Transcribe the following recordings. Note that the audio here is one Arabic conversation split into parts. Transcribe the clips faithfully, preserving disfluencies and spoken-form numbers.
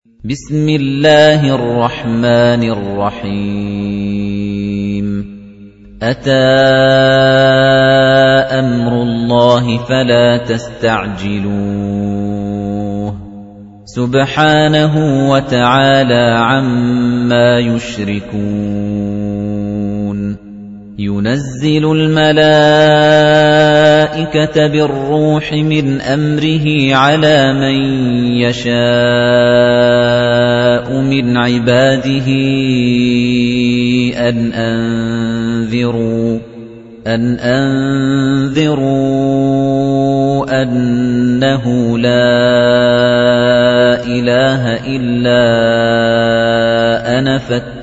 بسم الله الرحمن الرحيم أتى أمر الله فلا تستعجلوه سبحانه وتعالى عما يشركون ينزل الملائكة بالروح من أمره على من يشاء من عباده أن أنذروا أن أنذروا أنه لا إله إلا أنا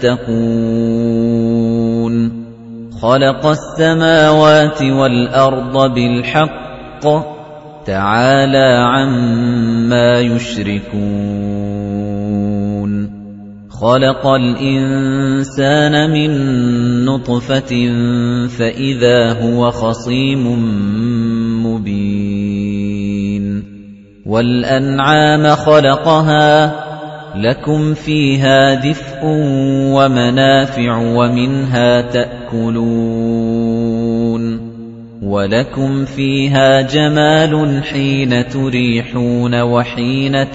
فاتقون خلق السماوات والأرض بالحق تعالى عما يشركون خلق الإنسان من نطفة فإذا هو خصيم مبين والأنعام خلقها لكم فيها دفء ومنافع ومنها تأكلون ولكم فيها جمال حين تريحون وحين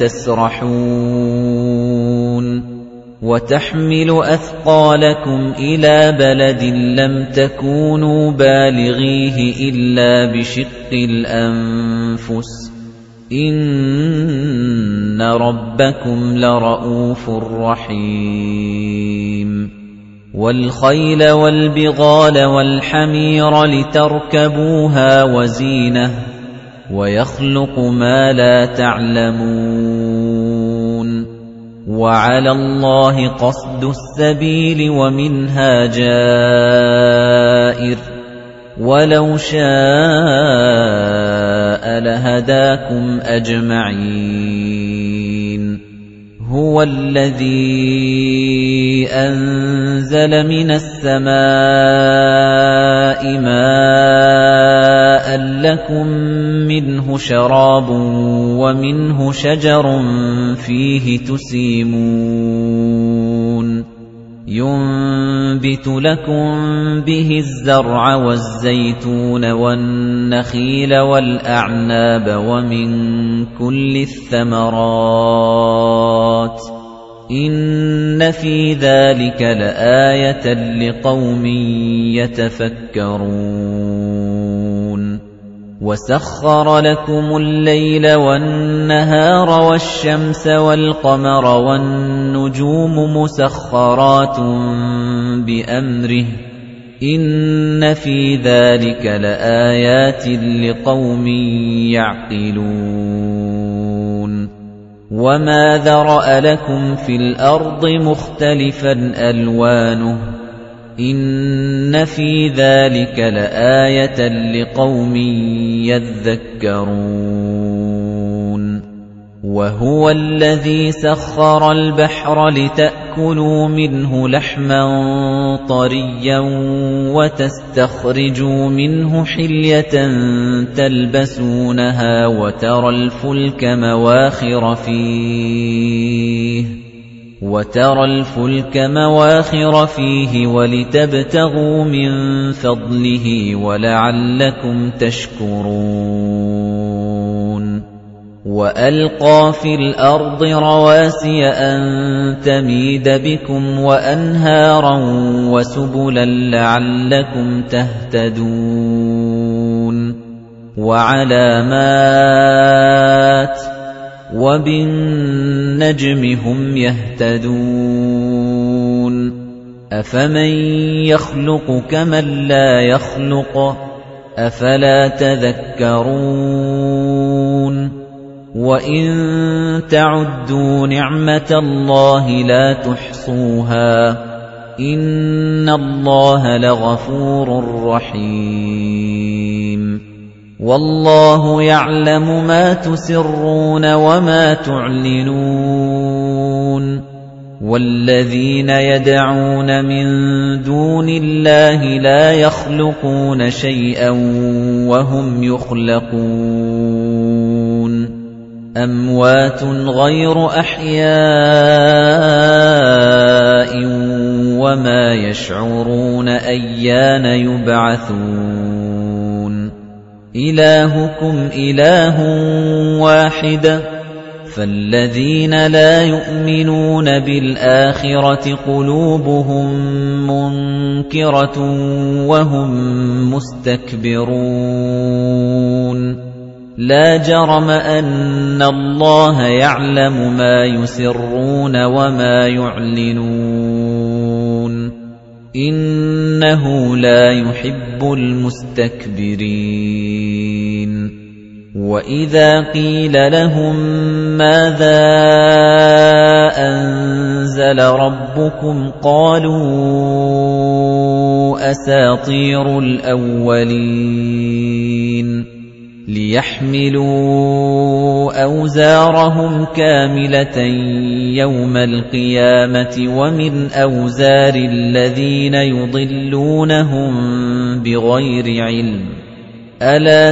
تسرحون وتحمل أثقالكم إلى بلد لم تكونوا بالغيه إلا بشق الأنفس إِنَّ رَبَّكُمْ لَرَءُوفٌ رَحِيمٌ وَالْخَيْلَ وَالْبِغَالَ وَالْحَمِيرَ لِتَرْكَبُوهَا وَزِينَةً وَيَخْلُقُ مَا لَا تَعْلَمُونَ وَعَلَى اللَّهِ قَصْدُ السَّبِيلِ وَمِنْهَا جَائِرٌ وَلَوْ شَاءَ لَهَدَاكُمْ أَجْمَعِينَ هُوَ الَّذِي أَنزَلَ مِنَ السَّمَاءِ مَاءً لَّكُم مِّنْهُ شَرَابٌ وَمِنْهُ شَجَرٌ فِيهِ تُسِيمُونَ ينبت لكم به الزرع والزيتون والنخيل والأعناب ومن كل الثمرات إن في ذلك لآية لقوم يتفكرون وَسَخَّرَ لَكُمُ اللَّيْلَ وَالنَّهَارَ وَالشَّمْسَ وَالْقَمَرَ وَالنُّجُومُ مُسَخَّرَاتٌ بِأَمْرِهِ إِنَّ فِي ذَلِكَ لَآيَاتٍ لِقَوْمٍ يَعْقِلُونَ وَمَا ذَرَأَ لَكُمْ فِي الْأَرْضِ مُخْتَلِفًا أَلْوَانُهُ إِنَّ فِي ذَلِكَ لَآيَةً لِقَوْمٍ يَذَّكَّرُونَ وَهُوَ الَّذِي سَخَّرَ الْبَحْرَ لِتَأْكُلُوا مِنْهُ لَحْمًا طَرِيًّا وَتَسْتَخْرِجُوا مِنْهُ حِلْيَةً تَلْبَسُونَهَا وَتَرَى الْفُلْكَ مَوَاخِرَ فِيهِ وَتَرَى الْفُلْكَ مَوَاخِرَ فِيهِ وَلِتَبْتَغُوا مِنْ فَضْلِهِ وَلَعَلَّكُمْ تَشْكُرُونَ وَأَلْقَى فِي الْأَرْضِ رَوَاسِيَ أَن تَمِيدَ بِكُمْ وَأَنْهَارًا وَسُبُلًا لَعَلَّكُمْ تَهْتَدُونَ وَعَلَامَاتٍ وَبِالنَّجْمِ هُمْ يَهْتَدُونَ أَفَمَن يَخْلُقُ كَمَن لَّا يَخْلُقُ أَفَلَا تَذَكَّرُونَ وَإِن تَعُدُّوا نِعْمَةَ اللَّهِ لَا تُحْصُوهَا إِنَّ اللَّهَ لَغَفُورٌ رَّحِيمٌ وَاللَّهُ يَعْلَمُ مَا تُسِرُّونَ وَمَا تُعْلِنُونَ وَالَّذِينَ يَدْعُونَ مِن دُونِ اللَّهِ لَا يَخْلُقُونَ شَيْئًا وَهُمْ يُخْلَقُونَ أَمْوَاتٌ غَيْرُ أَحْيَاءٍ وَمَا يَشْعُرُونَ أَيَّانَ يُبْعَثُونَ إِلَٰهُكُمْ إِلَٰهٌ وَاحِدٌ فَالَّذِينَ لَا يُؤْمِنُونَ بِالْآخِرَةِ قُلُوبُهُم مُّنكِرَةٌ وَهُم مُّسْتَكْبِرُونَ لَا جَرَمَ أَنَّ اللَّهَ يَعْلَمُ مَا يُسِرُّونَ وَمَا يُعْلِنُونَ إِنَّهُ لَا يُحِبُّ الْمُسْتَكْبِرِينَ وَإِذَا قِيلَ لَهُم مَّاذَا أَنزَلَ رَبُّكُمْ قَالُوا أَسَاطِيرُ الْأَوَّلِينَ لِيَحْمِلُوا أَوْزَارَهُمْ كَامِلَةً يَوْمَ الْقِيَامَةِ وَمِنْ أَوْزَارِ الَّذِينَ يُضِلُّونَهُم بِغَيْرِ عِلْمٍ أَلَا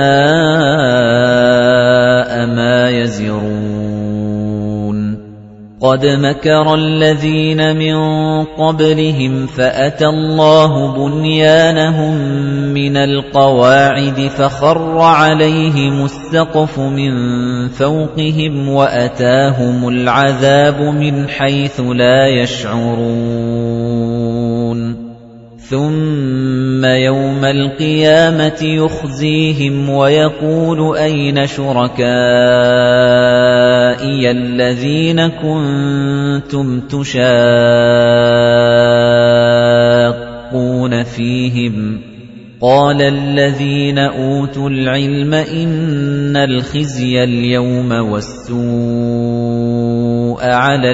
سَاءَ مَا يَزِرُونَ قَدْ مَكَرَ الَّذِينَ مِن قَبْلِهِمْ فَأَتَى اللَّهُ بُنْيَانَهُم مِّنَ الْقَوَاعِدِ فَخَرَّ عَلَيْهِمُ السَّقْفُ مِن فَوْقِهِمْ وَأَتَاهُمُ الْعَذَابُ مِنْ حَيْثُ لَا يَشْعُرُونَ ثُمَّ يَوْمَ الْقِيَامَةِ يُخْزِيهِمْ وَيَقُولُ أَيْنَ شُرَكَائِيَ الَّذِينَ كُنتُمْ تُشَاقُّونَ فِيهِمْ قَالَ الَّذِينَ أُوتُوا الْعِلْمَ إِنَّ الْخِزْيَ الْيَوْمَ وَالسُّوءَ عَلَى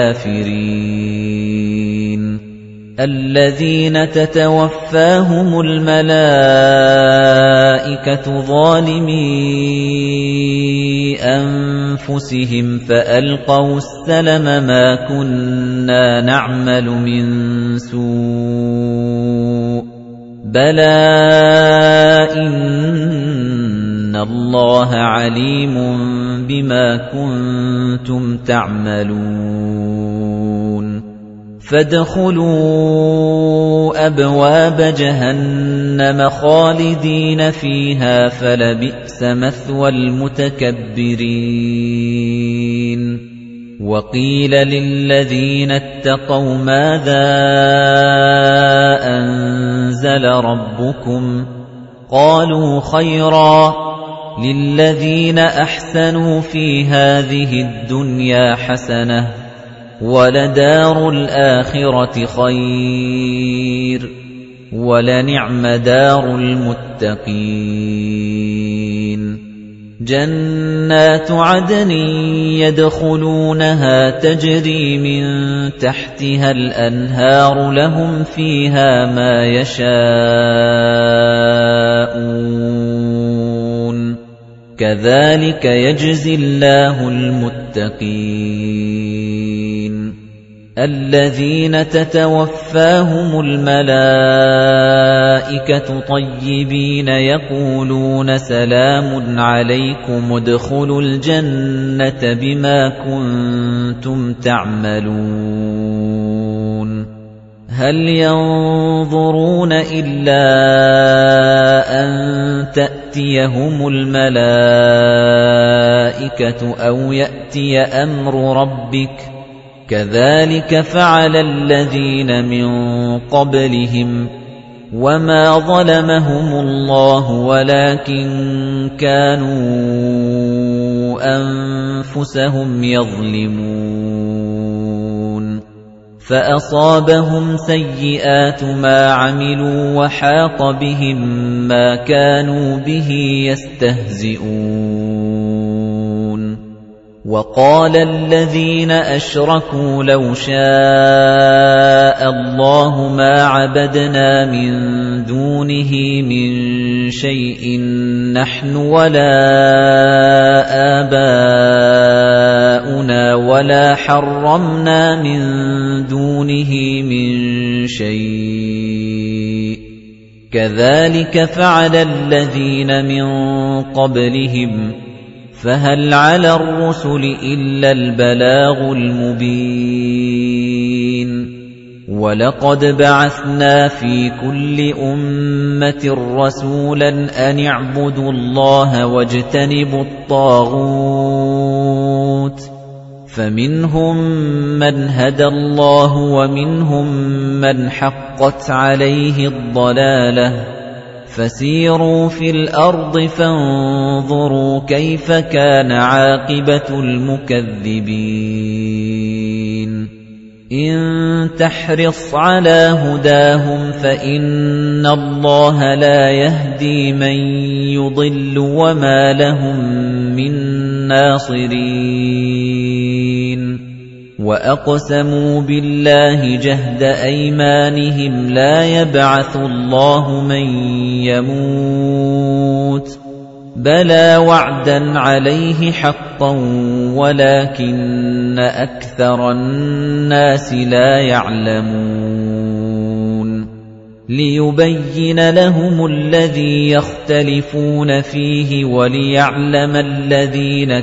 الْكَافِرِينَ الَّذِينَ تَتَوَفَّاهُمُ الْمَلَائِكَةُ ظَالِمِي أَنفُسِهِمْ فَأَلْقَوْا السَّلَمَ مَا كُنَّا نَعْمَلُ مِن سُوءٍ بَلَىٰ إِنَّ اللَّهَ عَلِيمٌ بِمَا كُنتُمْ تَعْمَلُونَ فَادْخُلُوا أَبْوَابَ جَهَنَّمَ خَالِدِينَ فِيهَا فَلَبِئْسَ مَثْوَى الْمُتَكَبِّرِينَ وَقِيلَ لِلَّذِينَ اتَّقَوْا مَاذَا أَنزَلَ رَبُّكُمْ قَالُوا خَيْرًا لِلَّذِينَ أَحْسَنُوا فِي هَٰذِهِ الدُّنْيَا حَسَنَةٌ وَلَدَارُ الْآخِرَةِ خَيْرٌ وَلَنِعْمَ دَارُ الْمُتَّقِينَ جَنَّاتُ عَدْنٍ يَدْخُلُونَهَا تَجْرِي مِن تَحْتِهَا الْأَنْهَارُ لَهُمْ فِيهَا مَا يَشَاءُونَ كَذَلِكَ يَجْزِي اللَّهُ الْمُتَّقِينَ الَّذِينَ تَتَوَفَّاهُمُ الْمَلَائِكَةُ طَيِّبِينَ يَقُولُونَ سَلَامٌ عَلَيْكُمُ ادْخُلُوا الْجَنَّةَ بِمَا كُنتُمْ تَعْمَلُونَ هَلْ يَنظُرُونَ إِلَّا أَن تَأْتِيَهُمُ الْمَلَائِكَةُ أَوْ يَأْتِيَ أَمْرُ رَبِّكَ كَذَلِكَ فَعَلَ الَّذِينَ مِن قَبْلِهِمْ وَمَا ظَلَمَهُمُ اللَّهُ وَلَكِن كَانُوا أَنفُسَهُمْ يَظْلِمُونَ فَأَصَابَهُمْ سَيِّئَاتُ مَا عَمِلُوا وَحَاقَ بِهِم مَّا كَانُوا بِهِ يَسْتَهْزِئُونَ وَقَالَ الَّذِينَ أَشْرَكُوا لَوْ شَاءَ اللَّهُ مَا عَبَدْنَا مِن دُونِهِ مِن شَيْءٍ نَّحْنُ وَلَا آبَاؤُنَا وَلَا حَرَّمْنَا مِن دُونِهِ مِن شَيْءٍ كَذَلِكَ فَعَلَ الَّذِينَ مِن قَبْلِهِمْ فهل على الرسل إلا البلاغ المبين ولقد بعثنا في كل أمة رسولا أن اعبدوا الله واجتنبوا الطاغوت فمنهم من هدى الله ومنهم من حقت عليه الضلالة فسيروا في الأرض فانظروا كيف كان عاقبة المكذبين إن تحرص على هداهم فإن الله لا يهدي من يضل وما لهم من ناصرين وأقسموا بالله جهد أيمانهم لا يبعث الله من يموت بلى وعدا عليه حقا ولكن أكثر الناس لا يعلمون ليبين لهم الذي يختلفون فيه وليعلم الذين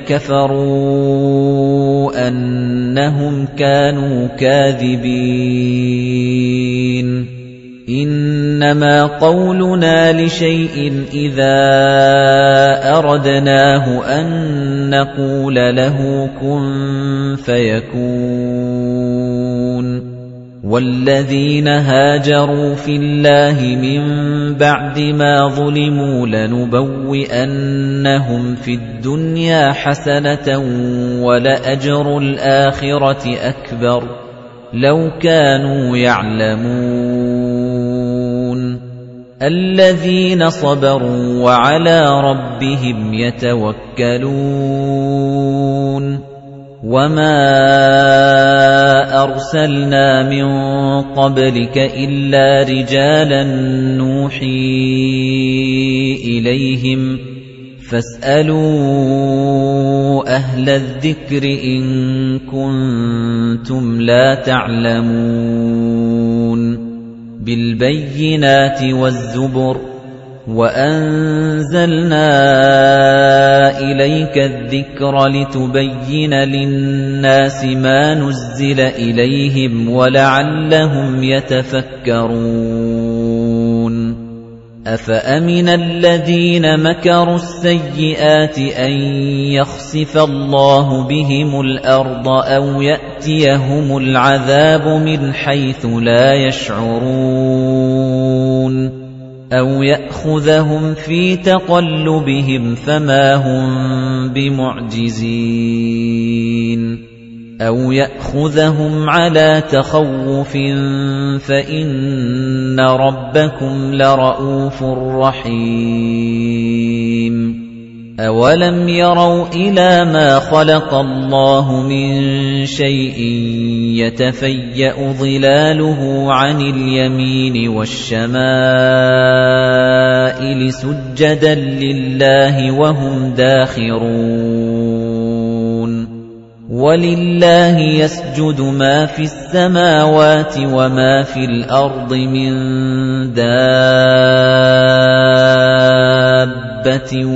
كفروا أنهم كانوا كاذبين إنما قولنا لشيء إذا أردناه أن نقول له كن فيكون والذين هاجروا في الله من بعد ما ظلموا لنبوئنهم في الدنيا حسنة ولأجر الآخرة أكبر لو كانوا يعلمون الذين صبروا وعلى ربهم يتوكلون وما أرسلنا من قبلك إلا رجالا نوحي إليهم فاسألوا أهل الذكر إن كنتم لا تعلمون بالبينات والزبر وأنزلنا إليك الذكر لتبين للناس ما نزل إليهم ولعلهم يتفكرون أفأمن الذين مكروا السيئات أن يخسف الله بهم الأرض أو يأتيهم العذاب من حيث لا يشعرون أَوْ يَأْخُذَهُمْ فِي تَقَلُّبِهِمْ فَمَا هُمْ بِمُعْجِزِينَ أَوْ يَأْخُذَهُمْ عَلَى تَخَوُّفٍ فَإِنَّ رَبَّكُمْ لَرَءُوفٌ رَحِيمٌ أَوَلَمْ يَرَوْا إِلَى مَا خَلَقَ اللَّهُ مِنْ شَيْءٍ يَتَفَيَّأُ ظِلَالُهُ عَنِ الْيَمِينِ وَالشَّمَائِلِ سُجَّدًا لِلَّهِ وَهُمْ دَاخِرُونَ وَلِلَّهِ يَسْجُدُ مَا فِي السَّمَاوَاتِ وَمَا فِي الْأَرْضِ مِنْ دَابَّةٍ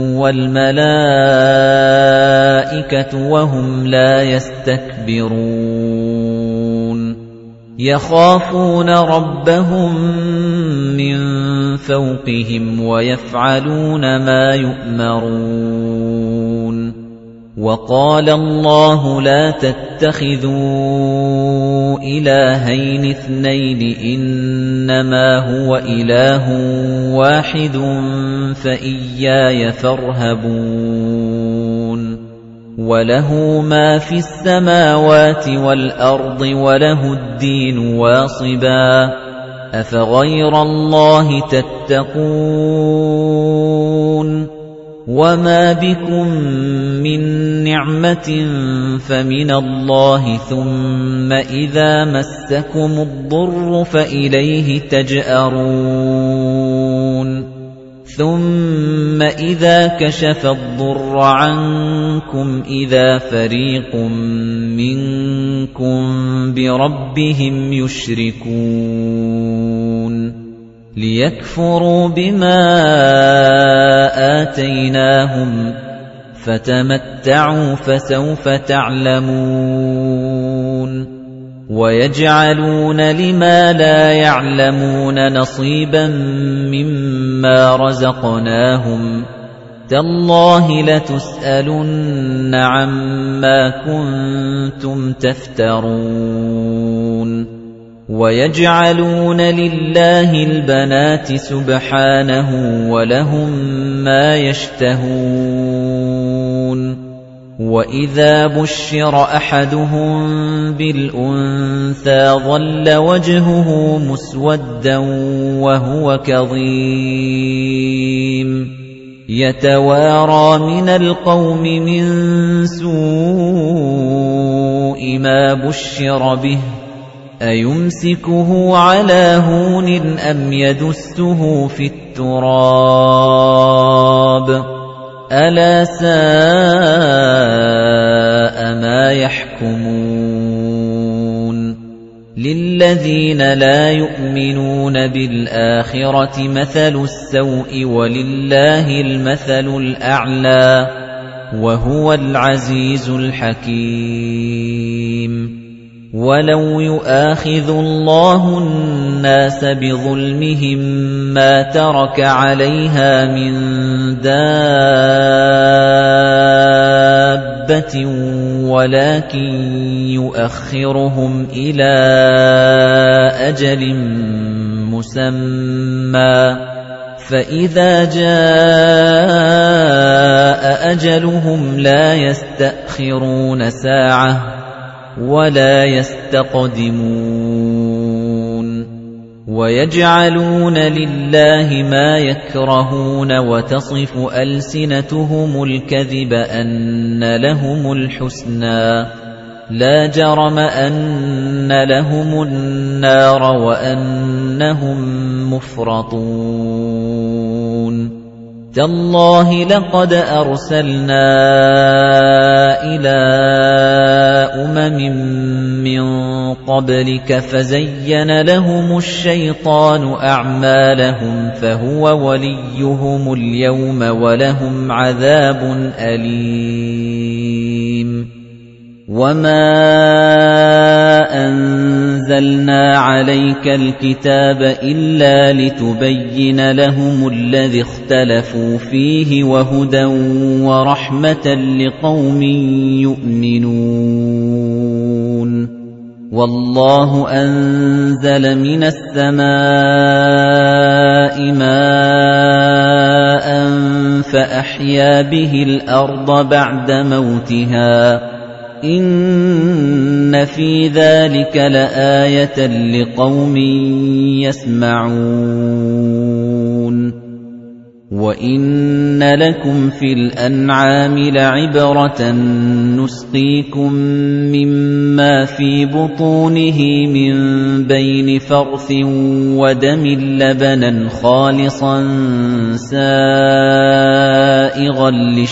وَالْمَلَائِكَةُ وَهُمْ لَا يَسْتَكْبِرُونَ يَخَافُونَ رَبَّهُم مِّن فَوْقِهِمْ وَيَفْعَلُونَ مَا يُؤْمَرُونَ وَقَالَ اللَّهُ لَا تَتَّخِذُوا إِلَٰهَيْنِ اثْنَيْنِ إِنَّمَا هُوَ إِلَٰهٌ وَاحِدٌ فَإِيَّايَ فَارْهَبُونِ وَلَهُ مَا فِي السَّمَاوَاتِ وَالْأَرْضِ وَلَهُ الدِّينُ وَاصِبًا أَفَغَيْرَ اللَّهِ تَتَّقُونَ وَمَا بِكُم مِّن نِّعْمَةٍ فَمِنَ اللَّهِ ثُمَّ إِذَا مَسَّكُمُ الضُّرُّ فَإِلَيْهِ تَجْأَرُونَ ثُمَّ إِذَا كَشَفَ الضُّرَّ عَنكُمْ إِذَا فَرِيقٌ مِّنكُم بِرَبِّهِمْ يُشْرِكُونَ لِيَكْفُرُوا بِمَا آتَيْنَاهُمْ فَتَمَتَّعُوا فَسَوْفَ تَعْلَمُونَ وَيَجْعَلُونَ لِمَا لَا يَعْلَمُونَ نَصِيبًا مِّمَّا رَزَقْنَاهُمْ تَاللَّهِ لَتُسْأَلُنَّ عَمَّا كُنتُمْ تَفْتَرُونَ وَيَجْعَلُونَ لِلَّهِ الْبَنَاتِ سُبْحَانَهُ وَلَهُم مَّا يَشْتَهُونَ وَإِذَا بُشِّرَ أَحَدُهُم بِالْأُنثَىٰ ظَلَّ وَجْهُهُ مُسْوَدًّا وَهُوَ كَظِيمٌ يَتَوَارَىٰ مِنَ الْقَوْمِ مِن سُوءِ مَا بُشِّرَ بِهِ أَيُمْسِكُهُ عَلَىٰ هُونٍ أَمْ يَدُسُّهُ فِي التُّرَابِ أَلَا سَاءَ مَا يَحْكُمُونَ لِلَّذِينَ لَا يُؤْمِنُونَ بِالْآخِرَةِ مَثَلُ السَّوْءِ وَلِلَّهِ الْمَثَلُ الْأَعْلَى وَهُوَ الْعَزِيزُ الْحَكِيمُ وَلَوْ يُؤَاخِذُ اللَّهُ النَّاسَ بِظُلْمِهِم مَّا تَرَكَ عَلَيْهَا مِن دَابَّةٍ وَلَكِن يُؤَخِّرُهُمْ إِلَىٰ أَجَلٍ مُّسَمًّى فَإِذَا جَاءَ أَجَلُهُمْ لَا يَسْتَأْخِرُونَ سَاعَةً وَلَا يَسْتَقْدِمُونَ وَيَجْعَلُونَ لِلَّهِ مَا يَكْرَهُونَ وَتَصِفُ أَلْسِنَتُهُمُ الْكَذِبَ أَنَّ لَهُمُ الْحُسْنَىٰ لَا جَرَمَ أَنَّ لَهُمُ النَّارَ وَأَنَّهُم مُّفْرَطُونَ تَاللَّهِ لَقَدْ أَرْسَلْنَا إِلَىٰ أُمَمٍ مِّن قَبْلِكَ فَزَيَّنَ لَهُمُ الشَّيْطَانُ أَعْمَالَهُمْ فَهُوَ وَلِيُّهُمُ الْيَوْمَ وَلَهُمْ عَذَابٌ أَلِيمٌ وَمَا أَنزَلْنَا عَلَيْكَ الْكِتَابَ إِلَّا لِتُبَيِّنَ لَهُمُ الَّذِي اخْتَلَفُوا فِيهِ وَهُدًى وَرَحْمَةً لِقَوْمٍ يُؤْمِنُونَ وَاللَّهُ أَنزَلَ مِنَ السَّمَاءِ مَاءً فَأَحْيَا بِهِ الْأَرْضَ بَعْدَ مَوْتِهَا إِنَّ فِي ذَلِكَ لَآيَةً لِقَوْمٍ يَسْمَعُونَ وَإِنَّ لَكُمْ فِي الْأَنْعَامِ لَعِبْرَةً نُسْقِيكُم مِّمَّا فِي بُطُونِهِ مِن بَيْنِ فَرْثٍ وَدَمٍ لَّبَنًا خَالِصًا سَائِغًا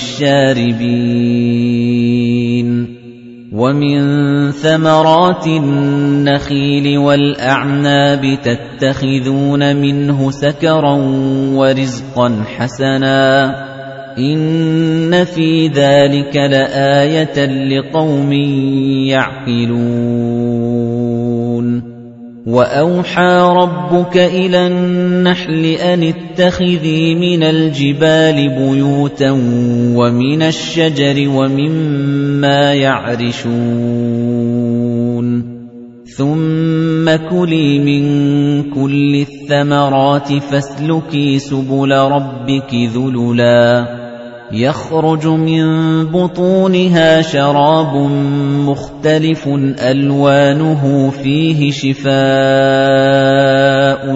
لِّلشَّارِبِينَ وَمِن ثَمَرَاتِ النَّخِيلِ وَالْأَعْنَابِ تَتَّخِذُونَ مِنْهُ سَكَرًا وَرِزْقًا حَسَنًا إِنَّ فِي ذَلِكَ لَآيَةً لِقَوْمٍ يَعْقِلُونَ وَأَوْحَى رَبُّكَ إِلَى النَّحْلِ أَنِ اتَّخِذِي مِنَ الْجِبَالِ بُيُوتًا وَمِنَ الشَّجَرِ وَمِمَّا يَعْرِشُونَ ثُمَّ كُلِي مِن كُلِّ الثَّمَرَاتِ فَاسْلُكِي سُبُلَ رَبِّكِ ذُلُلًا يَخْرُجُ مِن بُطُونِهَا شَرَابٌ مُخْتَلِفٌ أَلْوَانُهُ فِيهِ شِفَاءٌ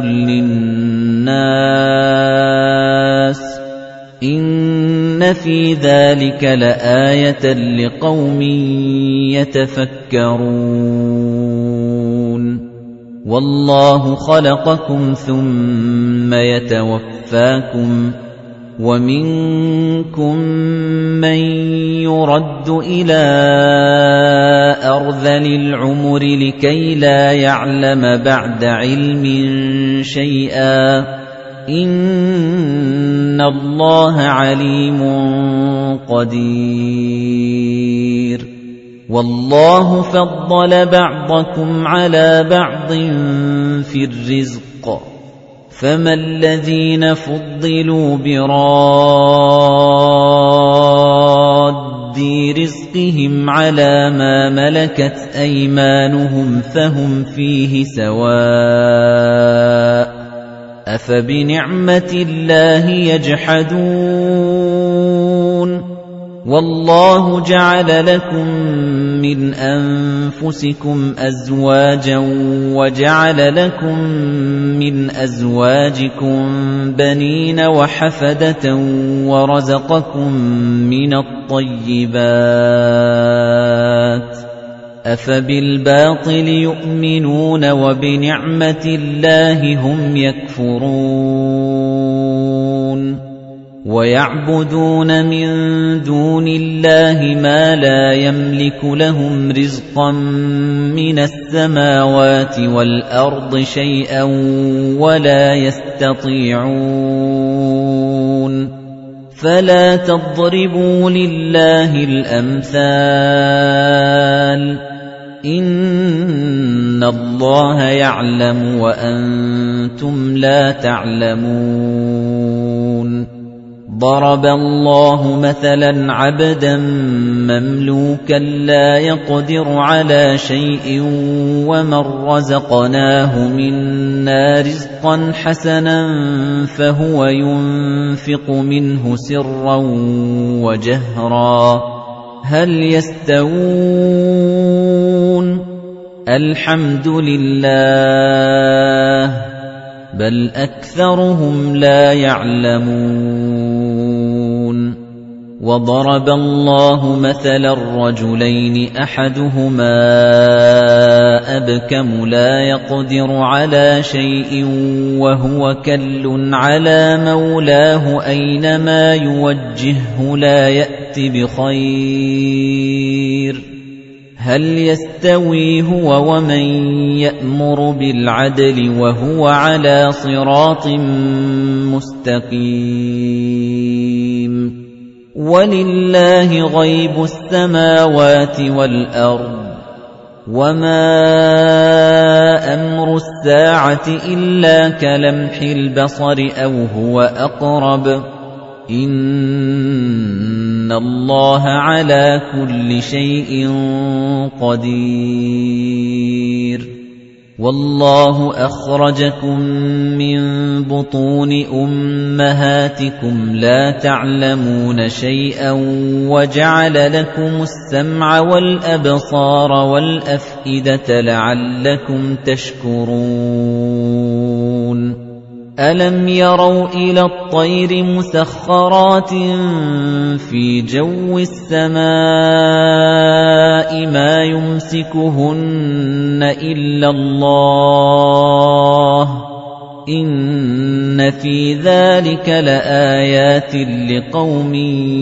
لِّلنَّاسِ إِنَّ فِي ذَلِكَ لَآيَةً لِقَوْمٍ يَتَفَكَّرُونَ وَاللَّهُ خَلَقَكُمْ ثُمَّ يَتَوَفَّاكُمْ وَمِنكُم مَّن يُرَدُّ إِلَىٰ أَرْذَلِ الْعُمُرِ لِكَيْ لَا يَعْلَمَ بَعْدَ عِلْمٍ شَيْئًا إِنَّ اللَّهَ عَلِيمٌ قَدِيرٌ وَاللَّهُ فَضَّلَ بَعْضَكُمْ عَلَى بَعْضٍ فِي الرِّزْقِ فَمَا الَّذِينَ فُضِّلُوا بِرَادِّ رِزْقِهِمْ عَلَى مَا مَلَكَتْ أَيْمَانُهُمْ فَهُمْ فِيهِ سَوَاءٌ أَفَبِنِعْمَةِ اللَّهِ يَجْحَدُونَ وَاللَّهُ جَعَلَ لَكُم مِّنْ أَنفُسِكُمْ أَزْوَاجًا وَجَعَلَ لَكُم مِّنْ أَزْوَاجِكُم بَنِينَ وَحَفَدَةً وَرَزَقَكُم مِّنَ الطَّيِّبَاتِ أَفَبِالْبَاطِلِ يُؤْمِنُونَ وَبِنِعْمَةِ اللَّهِ هُمْ يَكْفُرُونَ وَيَعْبُدُونَ مِن دُونِ اللَّهِ مَا لَا يَمْلِكُ لَهُمْ رِزْقًا مِّنَ السَّمَاوَاتِ وَالْأَرْضِ شَيْئًا وَلَا يَسْتَطِيعُونَ فَلَا تَضْرِبُوا لِلَّهِ الْأَمْثَالَ إِنَّ اللَّهَ يَعْلَمُ وَأَنتُمْ لَا تَعْلَمُونَ ضَرَبَ اللَّهُ مَثَلًا عَبْدًا مَّمْلُوكًا لَّا يَقْدِرُ عَلَىٰ شَيْءٍ وَمَن رَّزَقْنَاهُ مِنَّا رِزْقًا حَسَنًا فَهُوَ يُنفِقُ مِنْهُ سِرًّا وَجَهْرًا هَلْ يَسْتَوُونَ الْحَمْدُ لِلَّهِ بَلْ أَكْثَرُهُمْ لَا يَعْلَمُونَ وَضَرَبَ اللَّهُ مَثَلًا رَّجُلَيْنِ أَحَدُهُمَا أَبْكَمُ لَا يَقْدِرُ عَلَىٰ شَيْءٍ وَهُوَ كَلٌّ عَلَىٰ مَوْلَاهُ أَيْنَمَا يُوَجِّههُّ لَا يَأْتِ بِخَيْرٍ هَلْ يَسْتَوِي هُوَ وَمَن يَأْمُرُ بِالْعَدْلِ وَهُوَ عَلَىٰ صِرَاطٍ مُّسْتَقِيمٍ وَلِلَّهِ غَيْبُ السَّمَاوَاتِ وَالْأَرْضِ وَمَا أَمْرُ السَّاعَةِ إِلَّا كَلَمْحِ الْبَصَرِ أَوْ هُوَ أَقْرَبُ إِنَّ اللَّهَ عَلَى كُلِّ شَيْءٍ قَدِيرٌ وَاللَّهُ أَخْرَجَكُم مِّن بُطُونِ أُمَّهَاتِكُمْ لَا تَعْلَمُونَ شَيْئًا وَجَعَلَ لَكُمُ السَّمْعَ وَالْأَبْصَارَ وَالْأَفْئِدَةَ لَعَلَّكُمْ تَشْكُرُونَ أَلَمْ يَرَوْا إِلَى الطَّيْرِ مُسَخَّرَاتٍ فِي جَوِّ السَّمَاءِ مَا يُمْسِكُهُنَّ إِلَّا اللَّهُ إِنَّ فِي ذَلِكَ لَآيَاتٍ لِقَوْمٍ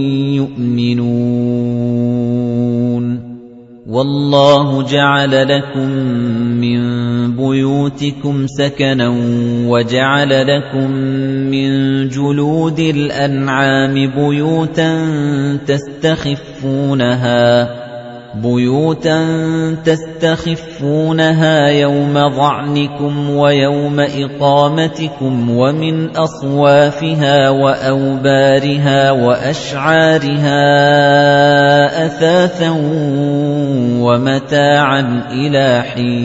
يُؤْمِنُونَ وَاللَّهُ جَعَلَ لَكُم مِّن بُيُوتِكُمْ سَكَنًا وَجَعَلَ لَكُم مِّن جُلُودِ الْأَنْعَامِ بُيُوتًا تَسْتَخِفُّونَهَا بُيُوتًا تَسْتَخِفُّونَهَا يَوْمَ ظَعْنِكُمْ وَيَوْمَ إِقَامَتِكُمْ وَمِنْ أَصْوَافِهَا وَأَوْبَارِهَا وَأَشْعَارِهَا أَثَاثًا وَمَتَاعًا إِلَى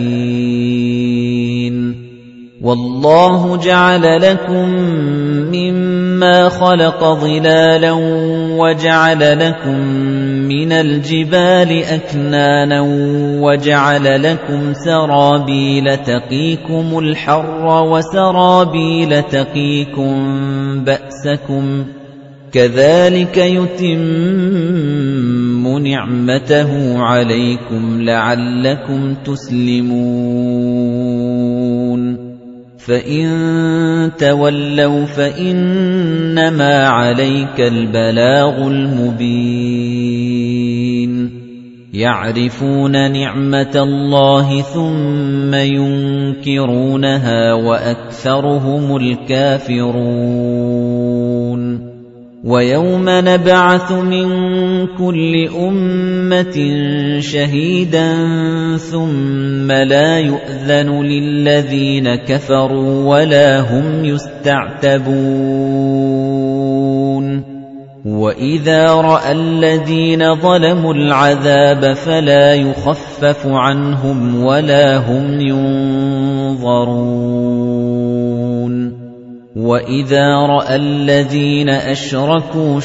حِينٍ وَاللَّهُ جَعَلَ لَكُم مِّمَّا خَلَقَ ظِلَالًا وَجَعَلَ لَكُم مِّنَ الْجِبَالِ أَكْنَانًا وَجَعَلَ لَكُمْ سَرَابِيلَ تَقِيكُمُ الْحَرَّ وَسَرَابِيلَ تَقِيكُم بَأْسَكُمْ كَذَلِكَ يُتِمُّ نِعْمَتَهُ عَلَيْكُمْ لَعَلَّكُمْ تُسْلِمُونَ فَإِن تَوَلَّوْا فَإِنَّمَا عَلَيْكَ الْبَلَاغُ الْمُبِينُ يَعْرِفُونَ نِعْمَةَ اللَّهِ ثُمَّ يُنكِرُونَهَا وَأَكْثَرُهُمُ الْكَافِرُونَ وَيَوْمَ نَبْعَثُ مِن كُلِّ أُمَّةٍ شَهِيدًا ثُمَّ لَا يُؤْذَنُ لِلَّذِينَ كَفَرُوا وَلَا هُمْ يُسْتَعْتَبُونَ وَإِذَا رَأَى الَّذِينَ ظَلَمُوا الْعَذَابَ فَلَا يُخَفَّفُ عَنْهُمْ وَلَا هُمْ يُنظَرُونَ وَإِذَا رَأَى الَّذِينَ أَشْرَكُوا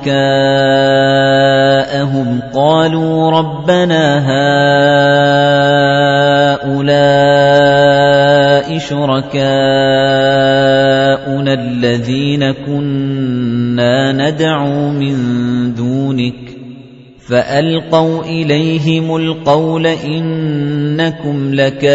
شُرَكَاءَهُمْ قَالُوا رَبَّنَا هَؤُلَاءِ شُرَكَاؤُنَا الَّذِينَ كُنَّا نَدْعُو مِن دُونِكَ فَأَلْقَوْا إِلَيْهِمُ الْقَوْلَ إِنَّكُمْ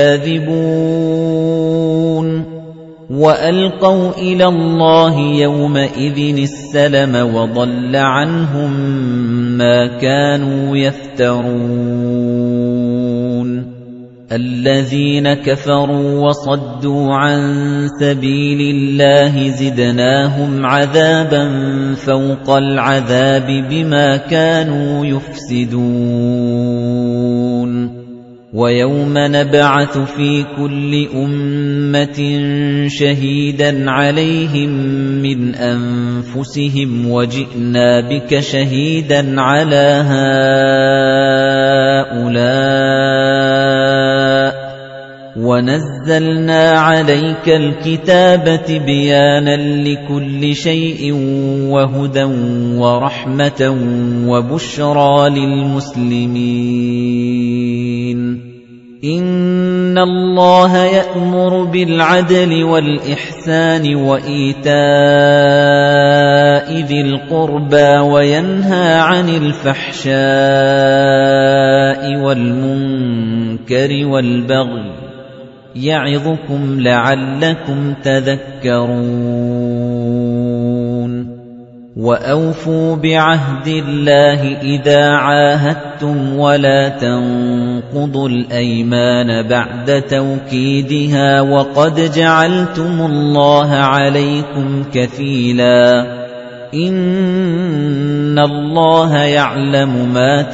لَكَاذِبُونَ وَأَلْقَوْا إِلَى اللَّهِ يَوْمَئِذٍ السَّلَمَ وَضَلَّ عَنْهُم مَّا كَانُوا يَفْتَرُونَ الَّذِينَ كَفَرُوا وَصَدُّوا عَن سَبِيلِ اللَّهِ زِدْنَاهُمْ عَذَابًا فَوْقَ الْعَذَابِ بِمَا كَانُوا يُفْسِدُونَ وَيَوْمَ نَبْعَثُ فِي كُلِّ أُمَّةٍ شَهِيدًا عَلَيْهِمْ مِنْ أَنفُسِهِمْ وَجِئْنَا بِكَ شَهِيدًا عَلَى هَؤُلَاءِ وَنَزَّلْنَا عَلَيْكَ الْكِتَابَ تِبْيَانًا لِكُلِّ شَيْءٍ وَهُدًى وَرَحْمَةً وَبُشْرَى لِلْمُسْلِمِينَ إِنَّ اللَّهَ يَأْمُرُ بِالْعَدْلِ وَالْإِحْسَانِ وَإِيتَاءِ ذِي الْقُرْبَى وَيَنْهَى عَنِ الْفَحْشَاءِ وَالْمُنكَرِ وَالْبَغْيِ يَعِظُكُمْ لَعَلَّكُمْ تَذَكَّرُونَ وَأَوْفُوا بِعَهْدِ اللَّهِ إِذَا عَاهَدتُّمْ وَلَا تَنقُضُوا الْأَيْمَانَ بَعْدَ تَوْكِيدِهَا وَقَدْ جَعَلْتُمُ اللَّهَ عَلَيْكُمْ كَفِيلًا إِنَّ اللَّهَ يَعْلَمُ مَا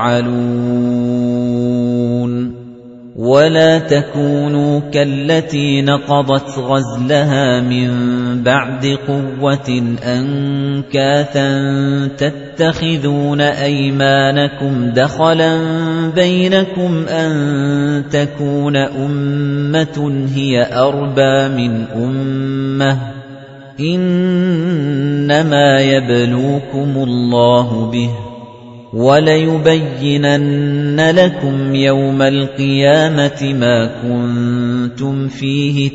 تَفْعَلُونَ وَلَا تَكُونُوا كَالَّتِي نَقَضَتْ غَزْلَهَا مِن بَعْدِ قُوَّةٍ أَنكَاثًا تَتَّخِذُونَ أَيْمَانَكُمْ دَخَلًا بَيْنَكُمْ أَن تَكُونَ أُمَّةٌ هِيَ أَرْبَى مِنْ أُمَّةٍ إِنَّمَا يَبْلُوكُمُ اللَّهُ بِهِ وَلَيُبَيِّنَنَّ لَكُمْ يَوْمَ الْقِيَامَةِ مَا كُنتُمْ فِيهِ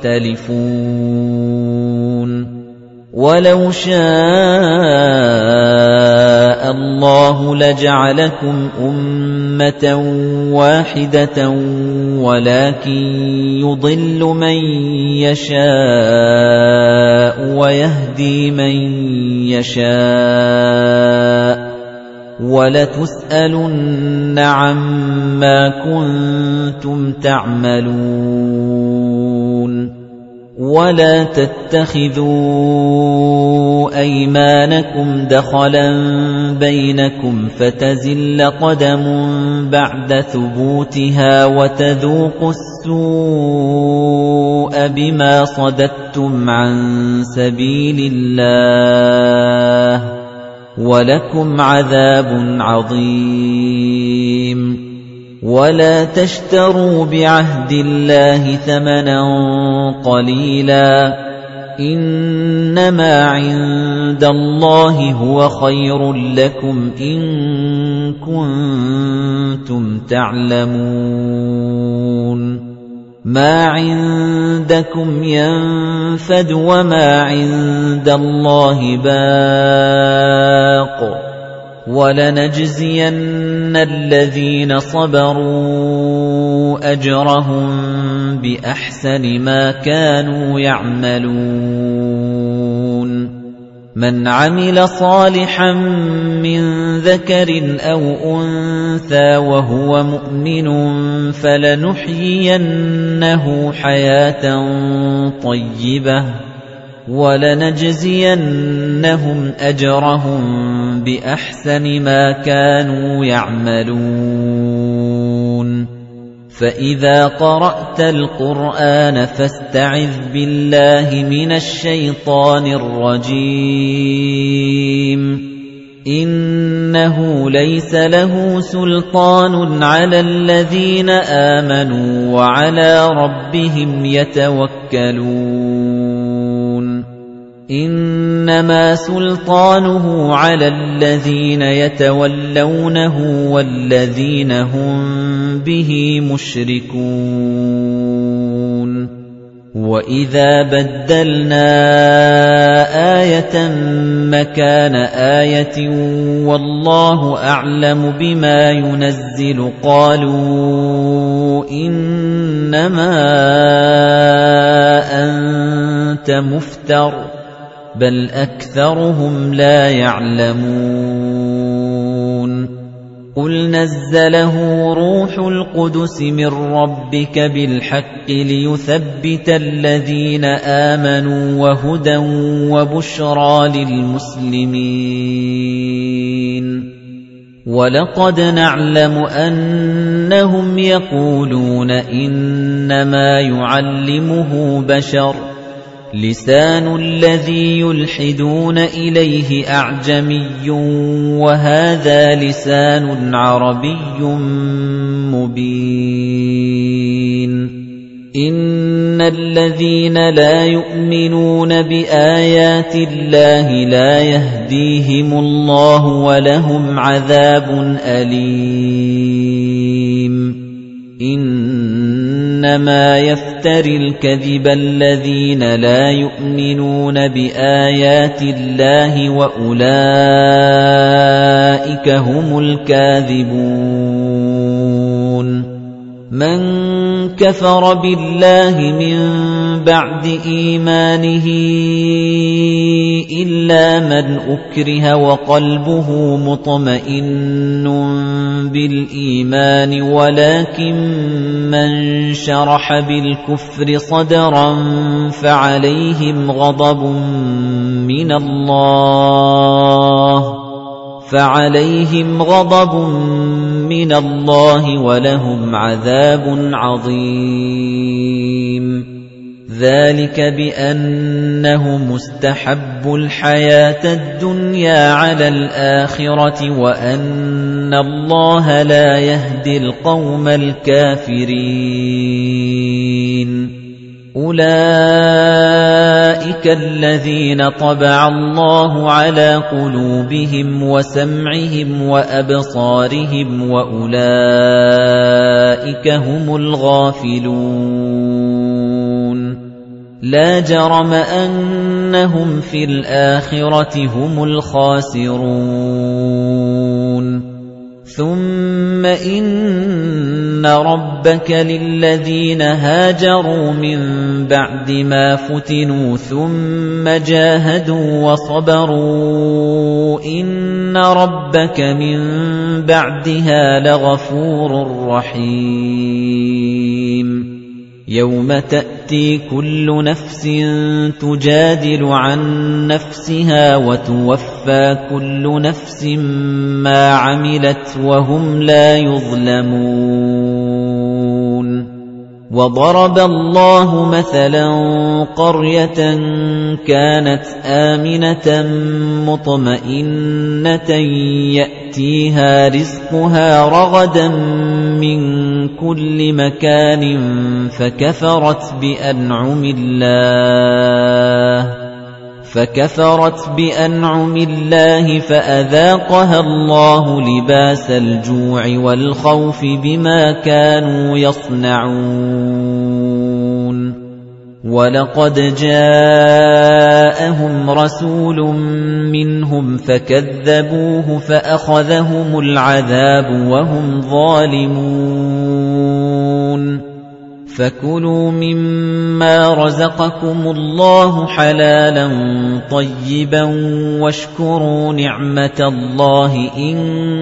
تَخْتَلِفُونَ وَلَوْ شَاءَ اللَّهُ لَجَعَلَكُمْ أُمَّةً وَاحِدَةً وَلَكِن يُضِلُّ مَن يَشَاءُ وَيَهْدِي مَن يَشَاءُ وَلَتُسْأَلُنَّ عَمَّا كُنتُمْ تَعْمَلُونَ وَلَا تَتَّخِذُوا أَيْمَانَكُمْ دَخَلًا بَيْنَكُمْ فَتَزِلَّ قَدَمٌ بَعْدَ ثُبُوتِهَا وَتَذُوقُوا السُّوءَ بِمَا صَدَدتُّمْ عَن سَبِيلِ اللَّهِ وَلَكُمْ عَذَابٌ عَظِيمٌ وَلَا تَشْتَرُوا بِعَهْدِ اللَّهِ ثَمَنًا قَلِيلًا إِنَّمَا عِندَ اللَّهِ هُوَ خَيْرٌ لَّكُمْ إِن كُنتُمْ تَعْلَمُونَ مَا عِندَكُمْ يَنفَدُ وَمَا عِندَ اللَّهِ بَاقٍ وَلَنَجْزِيَنَّ الَّذِينَ صَبَرُوا أَجْرَهُم بِأَحْسَنِ مَا كَانُوا يَعْمَلُونَ مَنْ عَمِلَ صَالِحًا مِّن ذَكَرٍ أَوْ أُنثَىٰ وَهُوَ مُؤْمِنٌ فَلَنُحْيِيَنَّهُ حَيَاةً طَيِّبَةً وَلَنَجْزِيَنَّهُمْ أَجْرَهُم بِأَحْسَنِ مَا كَانُوا يَعْمَلُونَ فَإِذَا قَرَأْتَ الْقُرْآنَ فَاسْتَعِذْ بِاللَّهِ مِنَ الشَّيْطَانِ الرَّجِيمِ إِنَّهُ لَيْسَ لَهُ سُلْطَانٌ عَلَى الَّذِينَ آمَنُوا وَعَلَى رَبِّهِمْ يَتَوَكَّلُونَ إِنَّمَا سُلْطَانُهُ عَلَى الَّذِينَ يَتَوَلَّوْنَهُ وَالَّذِينَ هُمْ بِهِ مُشْرِكُونَ وَإِذَا بَدَّلْنَا آيَةً مَكَانَ آيَةٍ وَاللَّهُ أَعْلَمُ بِمَا يُنَزِّلُ قَالُوا إِنَّمَا أَنتَ مُفْتَرٍ بَلْ أَكْثَرُهُمْ لَا يَعْلَمُونَ قُلْ نَزَّلَهُ رُوحُ الْقُدُسِ مِنْ رَبِّكَ بِالْحَقِّ لِيُثَبِّتَ الَّذِينَ آمَنُوا وَهُدًى وَبُشْرَى لِلْمُسْلِمِينَ وَلَقَدْ نَعْلَمُ أَنَّهُمْ يَقُولُونَ إِنَّمَا يُعَلِّمُهُ بَشَرٌ لِسَانُ الَّذِي يُلْحِدُونَ إِلَيْهِ أَعْجَمِيٌّ وَهَذَا لِسَانٌ عَرَبِيٌّ مُبِينٌ إِنَّ الَّذِينَ لَا يُؤْمِنُونَ بِآيَاتِ اللَّهِ لَا يَهْدِيهِمُ اللَّهُ وَلَهُمْ عَذَابٌ أَلِيمٌ إِنَّمَا يَفْتَرِي الْكَذِبَ الَّذِينَ لَا يُؤْمِنُونَ بِآيَاتِ اللَّهِ وَأُولَئِكَ هُمُ الْكَاذِبُونَ مَنْ كَفَرَ بِاللَّهِ مِنْ بَعْدِ إِيمَانِهِ إِلَّا مَنْ أُكْرِهَ وَقَلْبُهُ مُطْمَئِنٌّ بِالْإِيمَانِ وَلَكِنْ مَنْ شَرَحَ بِالْكُفْرِ صَدْرًا فَعَلَيْهِمْ غَضَبٌ مِنَ اللَّهِ فَعَلَيْهِمْ غَضَبٌ مِنَ اللَّهِ وَلَهُمْ عَذَابٌ عَظِيمٌ ذَلِكَ بِأَنَّهُ مُسْتَحَبُّ الْحَيَاةَ الدُّنْيَا عَلَى الْآخِرَةِ وَأَنَّ اللَّهَ لَا يَهْدِي الْقَوْمَ الْكَافِرِينَ أُولَئِكَ الَّذِينَ طَبَعَ اللَّهُ عَلَى قُلُوبِهِمْ وَسَمْعِهِمْ وَأَبْصَارِهِمْ وَأُولَئِكَ هُمُ الْغَافِلُونَ لَا جَرَمَ أَنَّهُمْ فِي الْآخِرَةِ هُمُ الْخَاسِرُونَ ثُمَّ إِنَّ رَبَّكَ لِلَّذِينَ هَاجَرُوا مِن بَعْدِ مَا فُتِنُوا ثُمَّ جَاهَدُوا وَصَبَرُوا إِنَّ رَبَّكَ مِن بَعْدِهَا لَغَفُورٌ رَّحِيمٌ يَوْمَ تَأْتِي كُلُّ نَفْسٍ تُجَادِلُ عَن نَّفْسِهَا وَتُوَفَّى كُلُّ نَفْسٍ مَّا عَمِلَتْ وَهُمْ لَا يُظْلَمُونَ وَضَرَبَ اللَّهُ مَثَلًا قَرْيَةً كَانَتْ آمِنَةً مُطْمَئِنَّةً يَأْتِيهَا رِزْقُهَا رَغَدًا مِنْ كُلِّ مَكَانٍ فَكَفَرَتْ بِأَنْعُمِ اللَّهِ فَكَفَرَتْ بِأَنْعُمِ اللَّهِ فَأَذَاقَهَا اللَّهُ لِبَاسَ الْجُوعِ وَالْخَوْفِ بِمَا كَانُوا يَصْنَعُونَ وَلَقَدْ جَاءَهُمْ رَسُولٌ مِّنْهُمْ فَكَذَّبُوهُ فَأَخَذَهُمُ الْعَذَابُ وَهُمْ ظَالِمُونَ فَكُلُوا مِمَّا رَزَقَكُمُ اللَّهُ حَلَالًا طَيِّبًا وَاشْكُرُوا نِعْمَةَ اللَّهِ إِن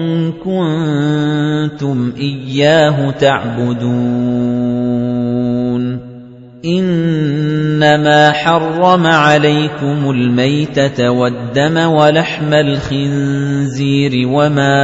كُنتُمْ إِيَّاهُ تَعْبُدُونَ إِنَّمَا حَرَّمَ عَلَيْكُمُ الْمَيْتَةَ وَالدَّمَ وَلَحْمَ الْخِنزِيرِ وَمَا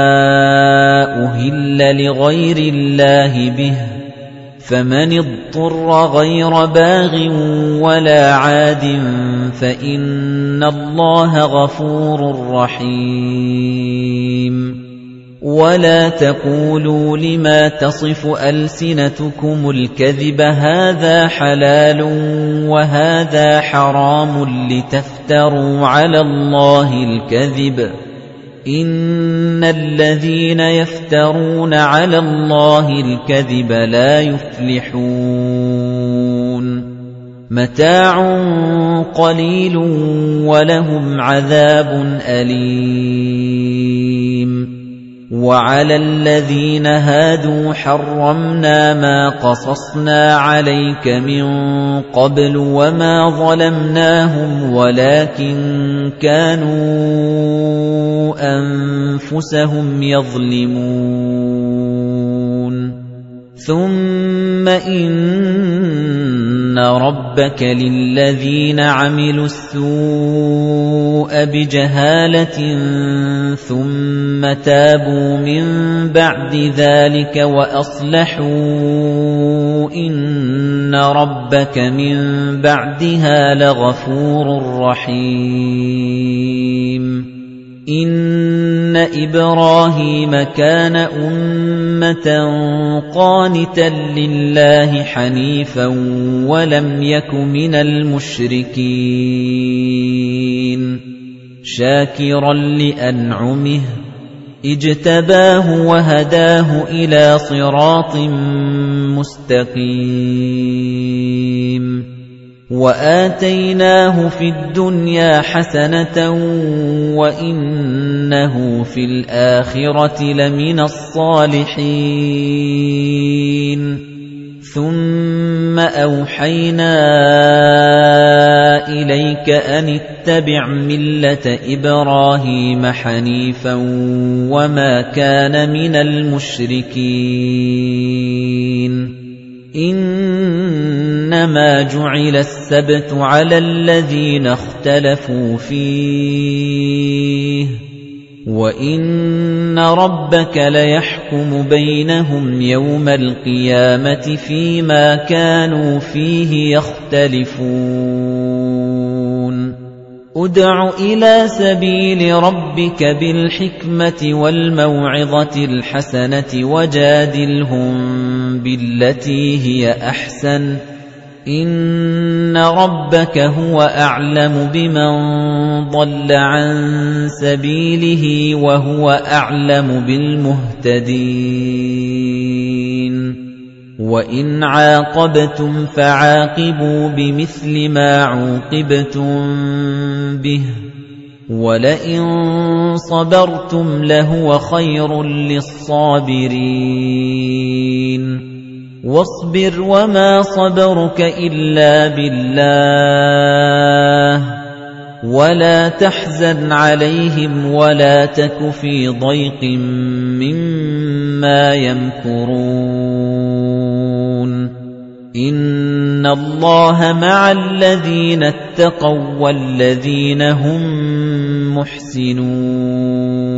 أُهِلَّ لِغَيْرِ اللَّهِ بِهِ فَمَنِ اضْطُرَّ غَيْرَ بَاغٍ وَلَا عَادٍ فَإِنَّ اللَّهَ غَفُورٌ رَّحِيمٌ وَلَا تَقُولُوا لِمَا تَصِفُ أَلْسِنَتُكُمُ الْكَذِبَ هَذَا حَلَالٌ وَهَذَا حَرَامٌ لِتَفْتَرُوا عَلَى اللَّهِ الْكَذِبَ إِنَّ الَّذِينَ يَفْتَرُونَ عَلَى اللَّهِ الْكَذِبَ لَا يُفْلِحُونَ مَتَاعٌ قَلِيلٌ وَلَهُمْ عَذَابٌ أَلِيمٌ وَعَلَى الَّذِينَ هَادُوا حَرَّمْنَا مَا قَصَصْنَا عَلَيْكَ مِن قَبْلُ وَمَا ظَلَمْنَاهُمْ وَلَكِن كَانُوا أَنفُسَهُمْ يَظْلِمُونَ ثُمَّ إِنَّ رَبَّكَ لِلَّذِينَ عَمِلُوا السُّوءَ بِجَهَالَةٍ ثُمَّ تَابُوا مِن بَعْدِ ذَلِكَ وَأَصْلَحُوا إِنَّ رَبَّكَ مِن بَعْدِهَا لَغَفُورٌ رَّحِيمٌ إِنَّ إِبْرَاهِيمَ كَانَ أُمَّةً قَانِتًا لِّلَّهِ حَنِيفًا وَلَمْ يَكُ مِنَ الْمُشْرِكِينَ شَاكِرًا لِّأَنْعُمِهِ اجْتَبَاهُ وَهَدَاهُ إِلَى صِرَاطٍ مُّسْتَقِيمٍ وَآتَيْنَاهُ فِي الدُّنْيَا حَسَنَةً وَإِنَّهُ فِي الْآخِرَةِ لَمِنَ الصَّالِحِينَ ثُمَّ أَوْحَيْنَا إِلَيْكَ أَنِ اتَّبِعْ مِلَّةَ إِبْرَاهِيمَ حَنِيفًا وَمَا كَانَ مِنَ الْمُشْرِكِينَ إِنَّمَا جُعِلَ السَّبْتُ عَلَى الَّذِينَ اخْتَلَفُوا فِيهِ وَإِنَّ رَبَّكَ لَيَحْكُمُ بَيْنَهُمْ يَوْمَ الْقِيَامَةِ فِيمَا كَانُوا فِيهِ يَخْتَلِفُونَ ادْعُ إِلَى سَبِيلِ رَبِّكَ بِالْحِكْمَةِ وَالْمَوْعِظَةِ الْحَسَنَةِ وَجَادِلْهُم بِالَّتِي هِيَ أَحْسَنُ إِنَّ رَبَّكَ هُوَ أَعْلَمُ بِمَن ضَلَّ عَن سَبِيلِهِ وَهُوَ أَعْلَمُ بِالْمُهْتَدِينَ وَإِنْ عَاقَبْتُمْ فَعَاقِبُوا بِمِثْلِ مَا عُوقِبْتُم بِهِ وَلَئِن صَبَرْتُمْ لَهُوَ خَيْرٌ لِّلصَّابِرِينَ وَاصْبِرْ وَمَا صَبَرُكَ إِلَّا بِاللَّهِ وَلَا تَحْزَنْ عَلَيْهِمْ وَلَا تَكُ فِي ضَيْقٍ مِّمَّا يَمْكُرُونَ إِنَّ اللَّهَ مَعَ الَّذِينَ اتَّقَوْا وَالَّذِينَ هُم مُّحْسِنُونَ